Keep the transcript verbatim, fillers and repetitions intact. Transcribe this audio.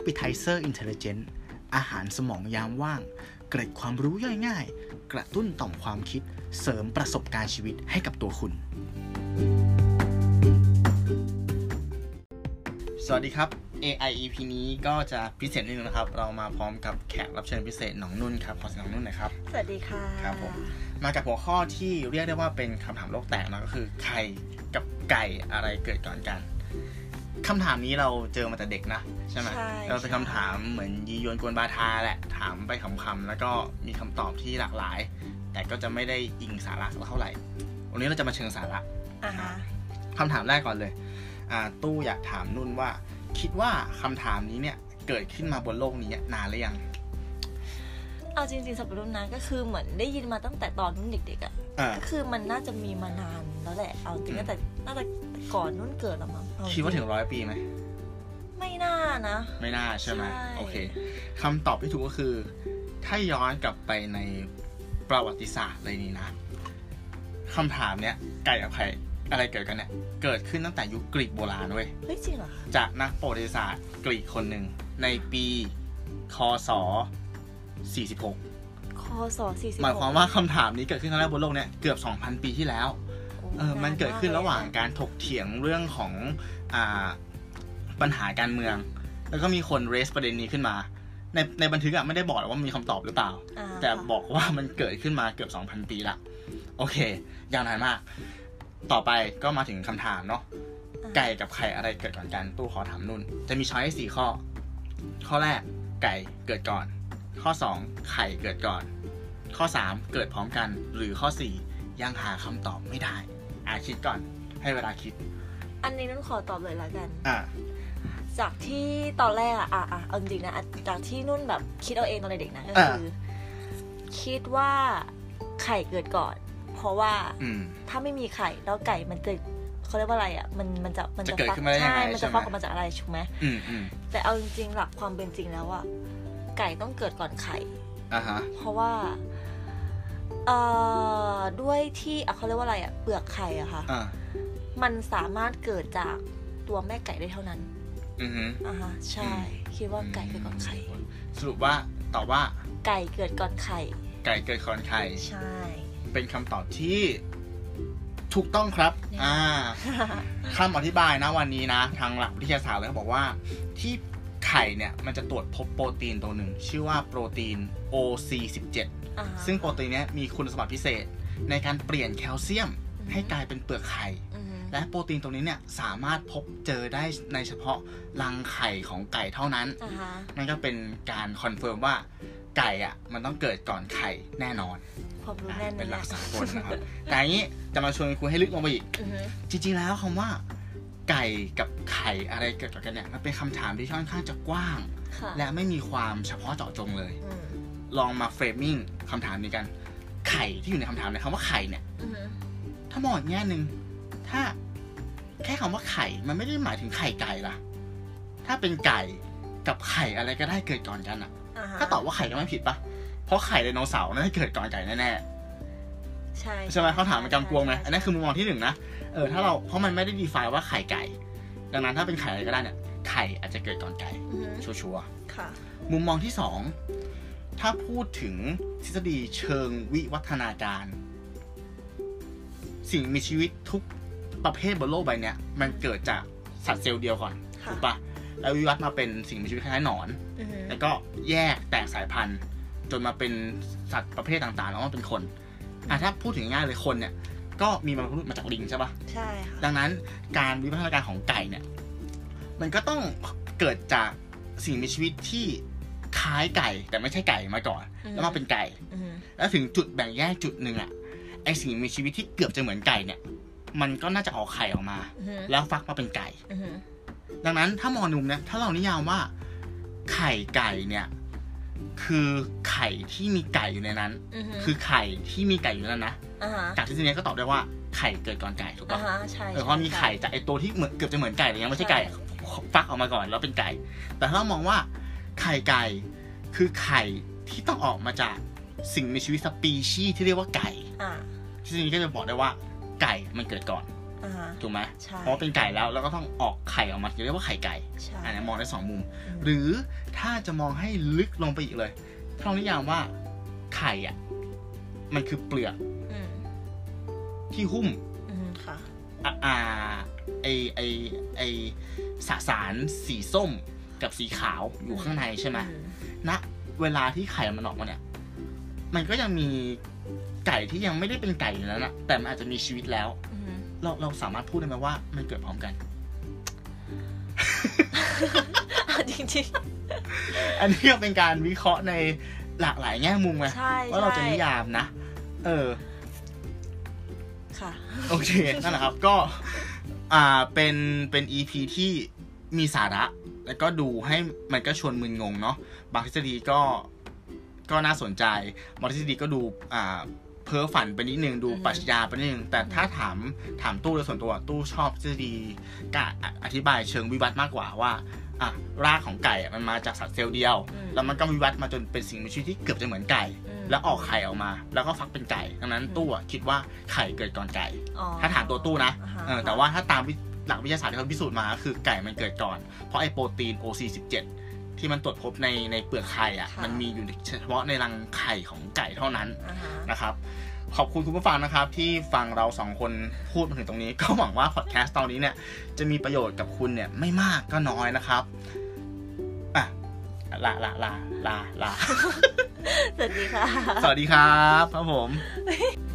Appetizer Intelligent อาหารสมองยามว่างเกร็ดความรู้ย่อยง่ายกระตุ้นต่อมความคิดเสริมประสบการณ์ชีวิตให้กับตัวคุณสวัสดีครับ เอ ไอ อี พี นี้ก็จะพิเศษนิดนึงนะครับเรามาพร้อมกับแขกรับเชิญพิเศษน้องนุ่นครับขอเสียงน้องนุ่นหน่อยครับสวัสดีค่ะครับผมมากับหัวข้อที่เรียกได้ว่าเป็นคำถามโลกแตกนะก็คือไข่กับไก่อะไรเกิดก่อนกันคำถามนี้เราเจอมาแต่เด็กนะใช่ไหมเราเป็นคำถามเหมือนยียวนกวนบาทาแหละถามไปคำๆแล้วก็มีคำตอบที่หลากหลายแต่ก็จะไม่ได้อิงสาระสักเท่าไหร่วันนี้เราจะมาเชิงสาระคำถามแรกก่อนเลยตู้อยากถามนุ่นว่าคิดว่าคำถามนี้เนี่ยเกิดขึ้นมาบนโลกนี้นานหรือยังเอาจริงๆสำหรับนุ่นนะก็คือเหมือนได้ยินมาตั้งแต่ตอนนุ่นเด็กๆอ่ะก็คือมันน่าจะมีมานานแล้วแหละเอาจริงๆแต่น่าจะก่อนนุ่นเกิดแล้วมั้งคิดว่าถึงร้อยปีไหมไม่น่านะไม่น่าใช่ไหมโอเคคำตอบที่ถูกก็คือถ้าย้อนกลับไปในประวัติศาสตร์เลยนี่นะคำถามเนี้ยไก่กับไข่อะไรเกิดกันเนี่ยเกิดขึ้นตั้งแต่ยุคกรีกโบราณเว้ยเฮ้ยจริงเหรอจากนักประวัติศาสตร์กรีกคนหนึ่งในปีคศสี่สิบหกคศสี่สิบหกหมายความว่าคำถามนี้เกิดขึ้นครั้งแรกบนโลกเนี่ยเกือบ สองพัน ปีที่แล้วเออมันเกิดขึ้นระหว่างการถกเถียงเรื่องของอ่าปัญหาการเมืองแล้วก็มีคนเรสประเด็นนี้ขึ้นมาในในบันทึกอะไม่ได้บอกว่ามีคำตอบหรือเปล่าแต่บอกว่ามันเกิดขึ้นมาเกือบ สองพัน ปีละโอเคยาวนานมากต่อไปก็มาถึงคำถามเนาะไก่กับไข่อะไรเกิดก่อนกันตู้ขอถามนุ่นจะมีช้อยให้สี่ข้อข้อแรกไก่เกิดก่อนข้อสองไข่เกิดก่อนข้อสามเกิดพร้อมกันหรือข้อสี่ยังหาคำตอบไม่ได้อ่ะคิดก่อนให้เวลาคิดอันนี้นุ่นขอตอบเลยละกันอ่ะจากที่ตอนแรกอะอ่ะอ่ะเอาจริงนะจากที่นุ่นแบบคิดเอาเองตอนเด็กนะก็คือคิดว่าไข่เกิดก่อนเพราะว่าถ้าไม่มีไข่แล้วไก่มันจะเขาเรียกว่าอะไรอ่ะมันมันจะมันจะฟักใช่มันจะฟักออกมาจากอะไรถูกไหมแต่เอาจริงๆหลักความเป็นจริงแล้วอ่ะไก่ต้องเกิดก่อนไข่อ่าฮะเพราะว่าเอ่อด้วยที่เขาเรียกว่าอะไรอ่ะเปลือกไข่อะค่ะมันสามารถเกิดจากตัวแม่ไก่ได้เท่านั้นอือฮึอ่าฮะใช่คิดว่าไก่เกิดก่อนไข่สรุปว่าตอบว่าไก่เกิดก่อนไข่ไก่เกิดก่อนไข่ใช่เป็นคำตอบที่ถูกต้องครับอ่าคำอธิบายนะวันนี้นะทางหลักวิทยาศาสตร์เลยเขาบอกว่าที่ไข่เนี่ยมันจะตรวจพบโปรตีนตัวหนึ่งชื่อว่าโปรตีน โอ ซี สิบเจ็ด ซึ่งโปรตีนนี้มีคุณสมบัติพิเศษในการเปลี่ยนแคลเซียมให้กลายเป็นเปลือกไข่และโปรตีนตัวนี้เนี่ยสามารถพบเจอได้ในเฉพาะรังไข่ของไก่เท่านั้นนั่นก็เป็นการคอนเฟิร์มว่าไก่อ่ะมันต้องเกิดก่อนไข่แน่นอนเป็นหลักสากลนะครับแต่อันนี้จะมาชวนคุยให้ลึกลงไปอีกจริงๆแล้วคำว่าไก่กับไข่อะไรเกิดกันเนี่ยมันเป็นคำถามที่ค่อนข้างจะกว้างและไม่มีความเฉพาะเจาะจงเลยลองมาเฟรมมิ่งคำถามนี้กันไข่ที่อยู่ในคำถามในคำว่าไข่เนี่ยถ้ามองอีกแง่นึงถ้าแค่คำว่าไข่มันไม่ได้หมายถึงไข่ไก่ล่ะถ้าเป็นไก่กับไข่อะไรก็ได้เกิดก่อนกันอ่ะถ้าตอบว่าไข่ก็ไม่ผิดปะเพราะไข่ไดโนเสาร์น่าจะเกิดก่อนไก่แน่ๆใช่ใช่ไหมเขาถามมันกำกวงไหมอันนี้คือมุมมองที่หนึ่งนะเออถ้าเราเพราะมันไม่ได้ดีไฟน์ว่าไข่ไก่ดังนั้นถ้าเป็นไข่อะไรก็ได้เนี่ยไข่อาจจะเกิดก่อนไก่ชัวร์ๆมุมมองที่สองถ้าพูดถึงทฤษฎีเชิงวิวัฒนาการสิ่งมีชีวิตทุกประเภทบนโลกใบนี้มันเกิดจากสัตว์เซลล์เดียวก่อนถูกปะแล้ววิวัฒน์มาเป็นสิ่งมีชีวิตคล้ายๆหนอนแล้วก็แยกแตกสายพันธุ์จนมาเป็นสัตว์ประเภทต่างๆแล้วมาเป็นคนอ่ะถ้าพูดถึงง่ายเลยคนเนี่ยก็มีบรรพบุรุษมาจากลิงใช่ปะใช่ค่ะดังนั้นการวิวัฒนาการของไก่เนี่ยมันก็ต้องเกิดจากสิ่งมีชีวิตที่คล้ายไก่แต่ไม่ใช่ไก่มาก่อนแล้วมาเป็นไก่แล้วถึงจุดแบ่งแยกจุดหนึ่งอ่ะไอสิ่งมีชีวิตที่เกือบจะเหมือนไก่เนี่ยมันก็น่าจะออกไข่ออกมาแล้วฟักมาเป็นไก่ดังนั้นถ้ามองมุมเนี่ยถ้าเรานิยามว่าไข่ไก่เนี่ยคือไข่ที่มีไก่อยู่ในนั้นคือไข่ที่มีไก่อยู่ในนั้นนะจากทฤษฎีนี้ก็ตอบได้ว่าไข่เกิดก่อนไก่ถูกป่ะเพราะมีไข่จากไอตัวที่เหมือนเกือบจะเหมือนไก่แต่ยังไม่ใช่ไก่ฟักออกมาก่อนแล้วเป็นไก่แต่ถ้าเรามองว่าไข่ไก่คือไข่ที่ต้องออกมาจากสิ่งมีชีวิตสปีชีส์ที่เรียกว่าไก่ทฤษฎีนี้ก็จะบอกได้ว่าไก่มันเกิดก่อนถูกไหมเพราะว่าเป็นไก่แล้วแล้วก็ต้องออกไข่ออกมาเรียกว่าไข่ไก่อันนี้มองได้สองมุมหรือถ้าจะมองให้ลึกลงไปอีกเลยท่องนิยามว่าไข่อ่ะมันคือเปลือกที่หุ้มอ่าไอไอไอสสารสีส้มกับสีขาวอยู่ข้างในใช่ไหมณเวลาที่ไข่มันออกมาเนี่ยมันก็ยังมีไก่ที่ยังไม่ได้เป็นไก่อยู่แล้วนะแต่มันอาจจะมีชีวิตแล้วเราเราสามารถพูดได้ไหมว่ามันเกิดพร้อมกันจริงๆอันนี้ก็เป็นการวิเคราะห์ในหลากหลายแง่มุมไงว่าเราจะนิยามนะเออค่ะโอเคนั่นแหละครับก็อ่าเป็นเป็น อี พี ที่มีสาระแล้วก็ดูให้มันก็ชวนมึนงงเนาะบางทฤษฎีก็ก็น่าสนใจบางทฤษฎีก็ดูอ่าเพ้อฝันไปนิดนึงดูปรัชญาไปนิดนึงแต่ถ้าถามถามตู้โดยส่วนตัวตู้ชอบทฤษฎีการอธิบายเชิงวิวัฒน์มากกว่าว่าอ่ะรากของไก่มันมาจากสัตว์เซลล์เดียวแล้วมันก็วิวัฒน์มาจนเป็นสิ่งมีชีวิตที่เกือบจะเหมือนไก่แล้วออกไข่ออกมาแล้วก็ฟักเป็นไก่ดังนั้นตู้คิดว่าไข่เกิดก่อนไก่ถ้าถามตัวตู้นะเออแต่ว่าถ้าตามหลักวิทยาศาสตร์ที่เขาพิสูจน์มาคือไก่มันเกิดก่อนเพราะไอโปรตีน โอ ซี สิบเจ็ด ที่มันตรวจพบในในเปลือกไข่อ่ะมันมีอยู่เฉพาะในรังไข่ของไก่เท่านั้นนะครับขอบคุณคุณผู้ฟังนะครับที่ฟังเราสองคนพูดมาถึงตรงนี้ก็หวังว่าพอดแคสต์ตอนนี้เนี่ยจะมีประโยชน์กับคุณเนี่ยไม่มากก็น้อยนะครับอ่ะลาลาลาลาลาสวัสดีค่ะสวัสดีครับครับผม